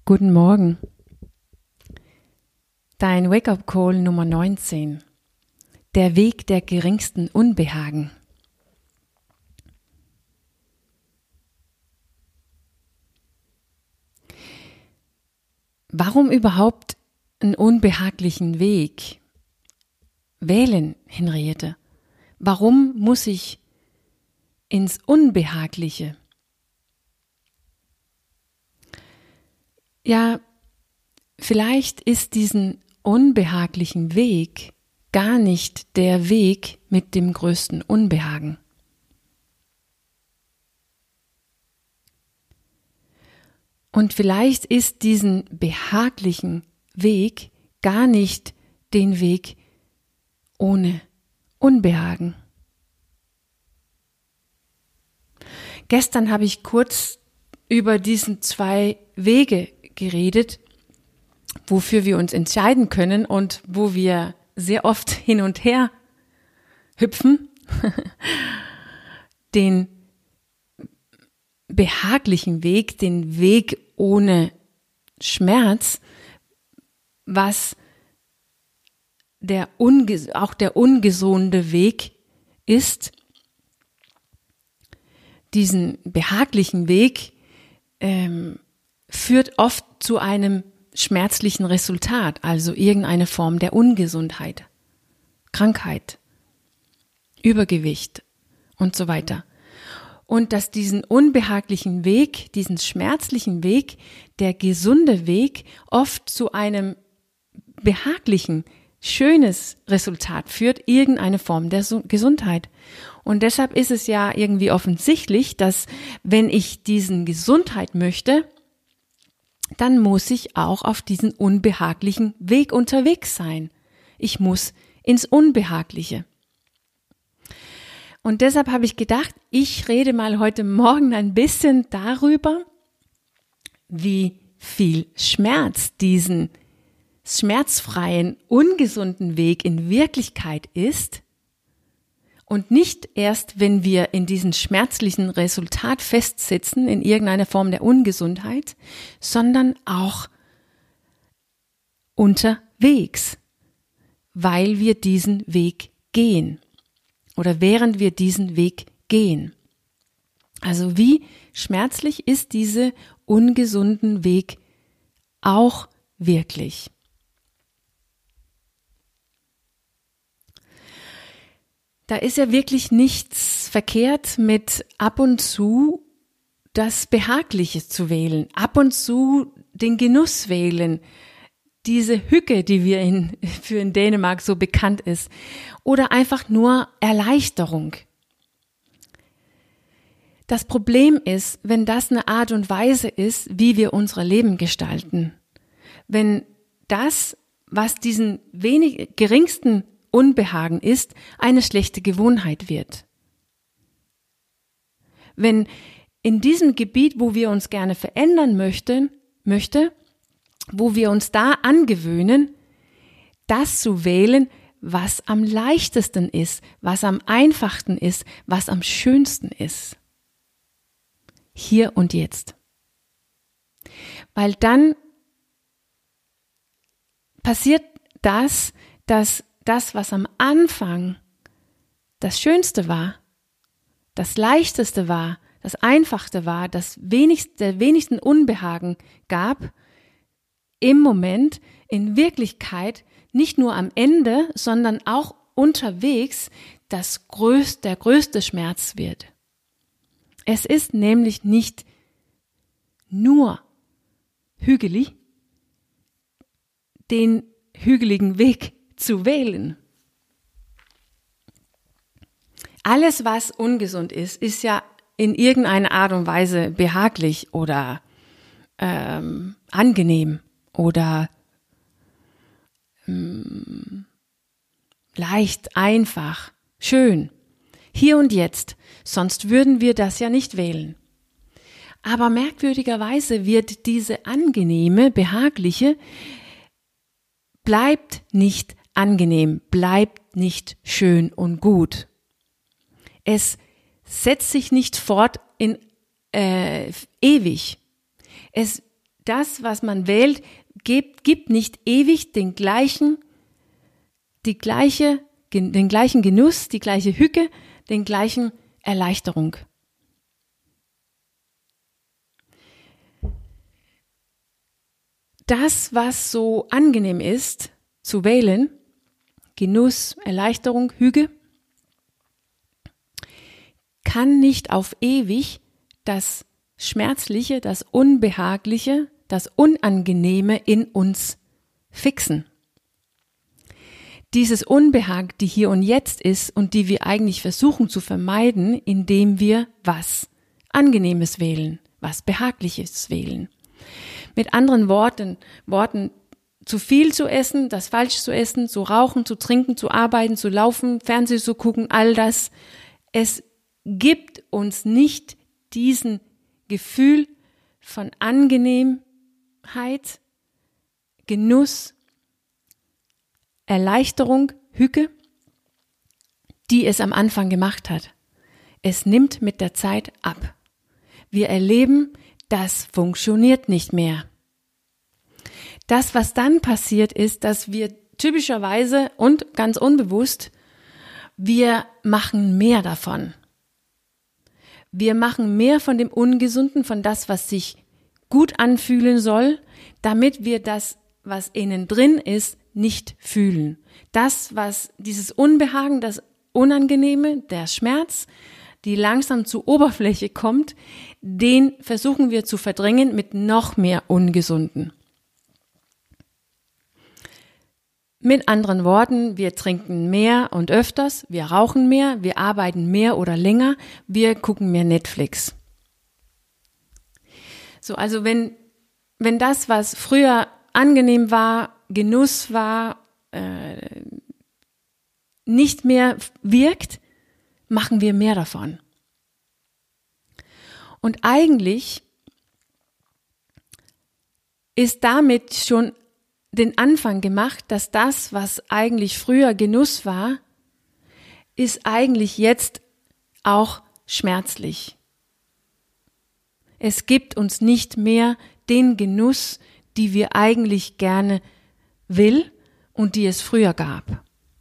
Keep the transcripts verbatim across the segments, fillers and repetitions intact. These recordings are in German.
Guten Morgen. Dein Wake-up-Call Nummer neunzehn. Der Weg der geringsten Unbehagen. Warum überhaupt einen unbehaglichen Weg wählen, Henriette? Warum muss ich ins Unbehagliche? Ja, vielleicht ist diesen unbehaglichen Weg gar nicht der Weg mit dem größten Unbehagen. Und vielleicht ist diesen behaglichen Weg gar nicht den Weg ohne Unbehagen. Gestern habe ich kurz über diesen zwei Wege geredet, wofür wir uns entscheiden können und wo wir sehr oft hin und her hüpfen. Den behaglichen Weg, den Weg ohne Schmerz, was der unges- auch der ungesunde Weg ist. Diesen behaglichen Weg ähm, führt oft zu einem schmerzlichen Resultat, also irgendeine Form der Ungesundheit, Krankheit, Übergewicht und so weiter. Und dass diesen unbehaglichen Weg, diesen schmerzlichen Weg, der gesunde Weg oft zu einem behaglichen, schönes Resultat führt, irgendeine Form der Gesundheit. Und deshalb ist es ja irgendwie offensichtlich, dass wenn ich diesen Gesundheit möchte, dann muss ich auch auf diesen unbehaglichen Weg unterwegs sein. Ich muss ins Unbehagliche. Und deshalb habe ich gedacht, ich rede mal heute Morgen ein bisschen darüber, wie viel Schmerz diesen schmerzfreien, ungesunden Weg in Wirklichkeit ist. Und nicht erst, wenn wir in diesem schmerzlichen Resultat festsitzen, in irgendeiner Form der Ungesundheit, sondern auch unterwegs, weil wir diesen Weg gehen oder während wir diesen Weg gehen. Also wie schmerzlich ist dieser ungesunden Weg auch wirklich? Da ist ja wirklich nichts verkehrt mit ab und zu das Behagliche zu wählen, ab und zu den Genuss wählen, diese Hücke, die wir in, für in Dänemark so bekannt ist, oder einfach nur Erleichterung. Das Problem ist, wenn das eine Art und Weise ist, wie wir unser Leben gestalten, wenn das, was diesen wenig geringsten Unbehagen ist, eine schlechte Gewohnheit wird. Wenn in diesem Gebiet, wo wir uns gerne verändern möchten, möchte, wo wir uns da angewöhnen, das zu wählen, was am leichtesten ist, was am einfachsten ist, was am schönsten ist. Hier und jetzt. Weil dann passiert das, dass das, was am Anfang das Schönste war, das Leichteste war, das Einfachste war, das wenigst, der wenigsten Unbehagen gab, im Moment in Wirklichkeit nicht nur am Ende, sondern auch unterwegs das größte, der größte Schmerz wird. Es ist nämlich nicht nur hügelig, den hügeligen Weg zu wählen. Alles, was ungesund ist, ist ja in irgendeiner Art und Weise behaglich oder ähm, angenehm oder ähm, leicht, einfach, schön. Hier und jetzt. Sonst würden wir das ja nicht wählen. Aber merkwürdigerweise wird diese angenehme, behagliche, bleibt nicht angenehm, bleibt nicht schön und gut. Es setzt sich nicht fort in äh, ewig. Es, das, was man wählt, gibt, gibt nicht ewig den gleichen, die gleiche, den gleichen Genuss, die gleiche Hücke, den gleichen Erleichterung. Das, was so angenehm ist, zu wählen, Genuss, Erleichterung, Hüge, kann nicht auf ewig das Schmerzliche, das Unbehagliche, das Unangenehme in uns fixen. Dieses Unbehag, die hier und jetzt ist und die wir eigentlich versuchen zu vermeiden, indem wir was Angenehmes wählen, was Behagliches wählen. Mit anderen Worten, Worten, zu viel zu essen, das falsch zu essen, zu rauchen, zu trinken, zu arbeiten, zu laufen, Fernsehen zu gucken, all das. Es gibt uns nicht diesen Gefühl von Angenehmheit, Genuss, Erleichterung, Hücke, die es am Anfang gemacht hat. Es nimmt mit der Zeit ab. Wir erleben, das funktioniert nicht mehr. Das, was dann passiert, ist, dass wir typischerweise und ganz unbewusst, wir machen mehr davon. Wir machen mehr von dem Ungesunden, von das, was sich gut anfühlen soll, damit wir das, was innen drin ist, nicht fühlen. Das, was dieses Unbehagen, das Unangenehme, der Schmerz, die langsam zur Oberfläche kommt, den versuchen wir zu verdrängen mit noch mehr Ungesunden. Mit anderen Worten, wir trinken mehr und öfters, wir rauchen mehr, wir arbeiten mehr oder länger, wir gucken mehr Netflix. So, also wenn, wenn das, was früher angenehm war, Genuss war, äh, nicht mehr wirkt, machen wir mehr davon. Und eigentlich ist damit schon den Anfang gemacht, dass das, was eigentlich früher Genuss war, ist eigentlich jetzt auch schmerzlich. Es gibt uns nicht mehr den Genuss, die wir eigentlich gerne will und die es früher gab.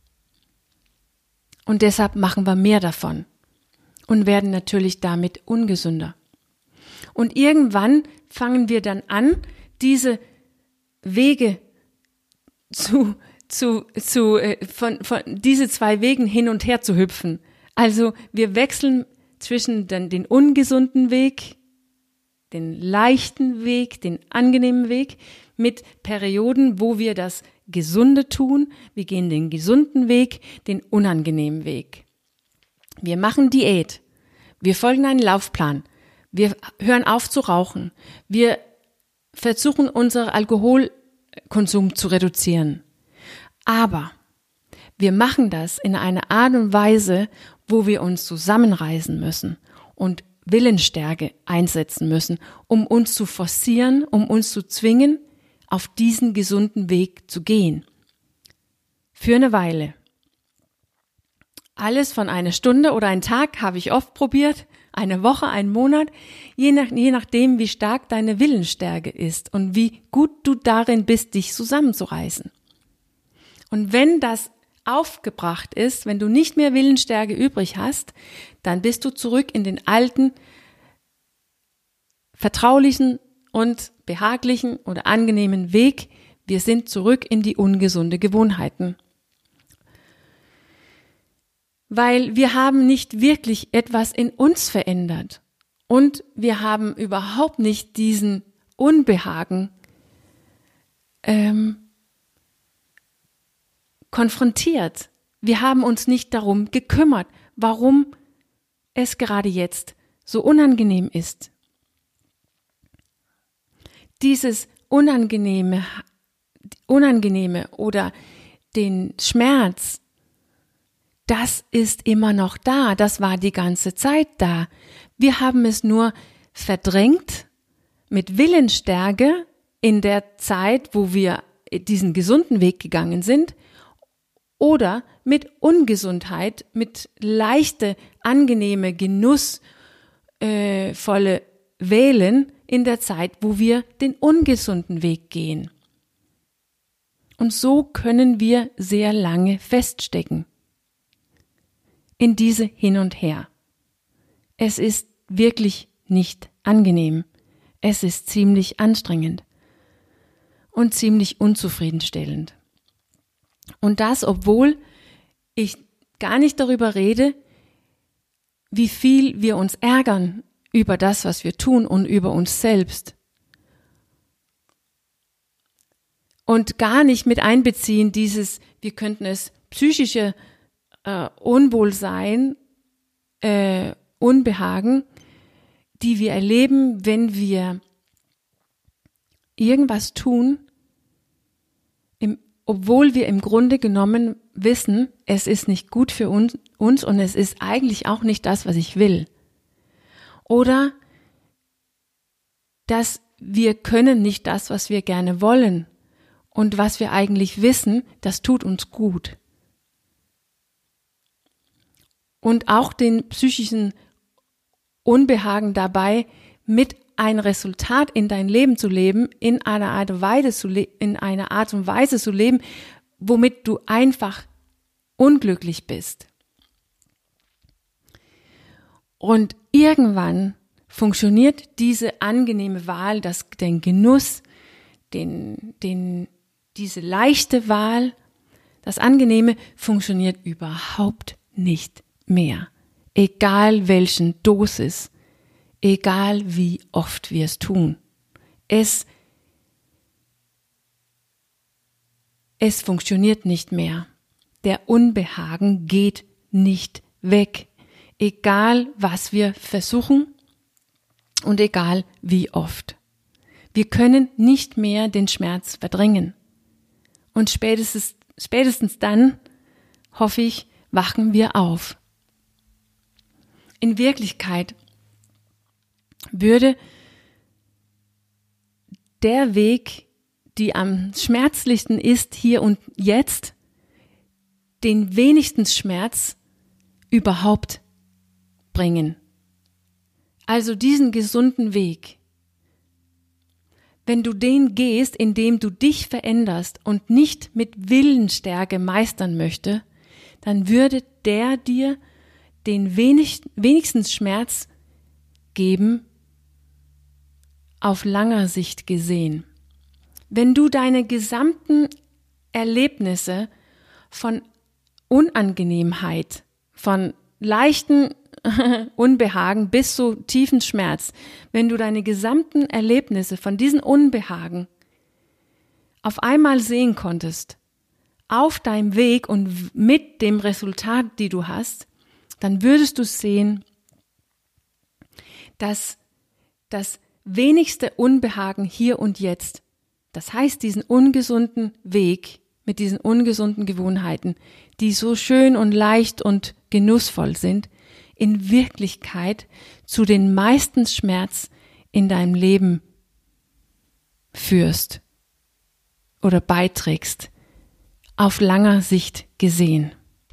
Und deshalb machen wir mehr davon und werden natürlich damit ungesünder. Und irgendwann fangen wir dann an, diese Wege zu, zu, zu, äh, von, von, diese zwei Wegen hin und her zu hüpfen. Also wir wechseln zwischen den, den ungesunden Weg, den leichten Weg, den angenehmen Weg mit Perioden, wo wir das Gesunde tun. Wir gehen den gesunden Weg, den unangenehmen Weg. Wir machen Diät. Wir folgen einen Laufplan. Wir hören auf zu rauchen. Wir versuchen, unseren Alkoholkonsum zu reduzieren. Aber wir machen das in einer Art und Weise, wo wir uns zusammenreißen müssen und Willensstärke einsetzen müssen, um uns zu forcieren, um uns zu zwingen, auf diesen gesunden Weg zu gehen. Für eine Weile. Alles von einer Stunde oder einen Tag habe ich oft probiert, eine Woche, einen Monat, je, nach, je nachdem, wie stark deine Willensstärke ist und wie gut du darin bist, dich zusammenzureißen. Und wenn das aufgebracht ist, wenn du nicht mehr Willensstärke übrig hast, dann bist du zurück in den alten, vertraulichen und behaglichen oder angenehmen Weg. Wir sind zurück in die ungesunde Gewohnheiten. Weil wir haben nicht wirklich etwas in uns verändert und wir haben überhaupt nicht diesen Unbehagen ähm, konfrontiert. Wir haben uns nicht darum gekümmert, warum es gerade jetzt so unangenehm ist. Dieses Unangenehme, Unangenehme oder den Schmerz, das ist immer noch da, das war die ganze Zeit da. Wir haben es nur verdrängt mit Willensstärke in der Zeit, wo wir diesen gesunden Weg gegangen sind, oder mit Ungesundheit, mit leichte, angenehme, genussvolle Wählen in der Zeit, wo wir den ungesunden Weg gehen. Und so können wir sehr lange feststecken in diese Hin und Her. Es ist wirklich nicht angenehm. Es ist ziemlich anstrengend und ziemlich unzufriedenstellend. Und das, obwohl ich gar nicht darüber rede, wie viel wir uns ärgern über das, was wir tun und über uns selbst. Und gar nicht mit einbeziehen dieses, wir könnten es psychische äh, Unwohlsein, äh, Unbehagen, die wir erleben, wenn wir irgendwas tun, im, obwohl wir im Grunde genommen wissen, es ist nicht gut für uns, uns und es ist eigentlich auch nicht das, was ich will. Oder dass wir können nicht das, was wir gerne wollen und was wir eigentlich wissen, das tut uns gut. Und auch den psychischen Unbehagen dabei, mit ein Resultat in dein Leben zu leben, in einer Art und Weise zu, le- in einer Art und Weise zu leben, womit du einfach unglücklich bist. Und irgendwann funktioniert diese angenehme Wahl, das, den Genuss, den, den, diese leichte Wahl, das Angenehme funktioniert überhaupt nicht mehr. Egal welchen Dosis, egal wie oft wir es tun. Es, es funktioniert nicht mehr. Der Unbehagen geht nicht weg. Egal was wir versuchen und egal wie oft. Wir können nicht mehr den Schmerz verdrängen. Und spätestens, spätestens dann, hoffe ich, wachen wir auf. In Wirklichkeit würde der Weg, die am schmerzlichsten ist, hier und jetzt, den wenigsten Schmerz überhaupt bringen. Also diesen gesunden Weg. Wenn du den gehst, indem du dich veränderst und nicht mit Willensstärke meistern möchte, dann würde der dir den wenig, wenigstens Schmerz geben, auf langer Sicht gesehen. Wenn du deine gesamten Erlebnisse von Unangenehmheit, von leichten Unbehagen bis zu tiefen Schmerz, wenn du deine gesamten Erlebnisse von diesen Unbehagen auf einmal sehen konntest, auf deinem Weg und mit dem Resultat, die du hast, dann würdest du sehen, dass das wenigste Unbehagen hier und jetzt, das heißt diesen ungesunden Weg mit diesen ungesunden Gewohnheiten, die so schön und leicht und genussvoll sind, in Wirklichkeit zu den meisten Schmerz in deinem Leben führst oder beiträgst, auf langer Sicht gesehen.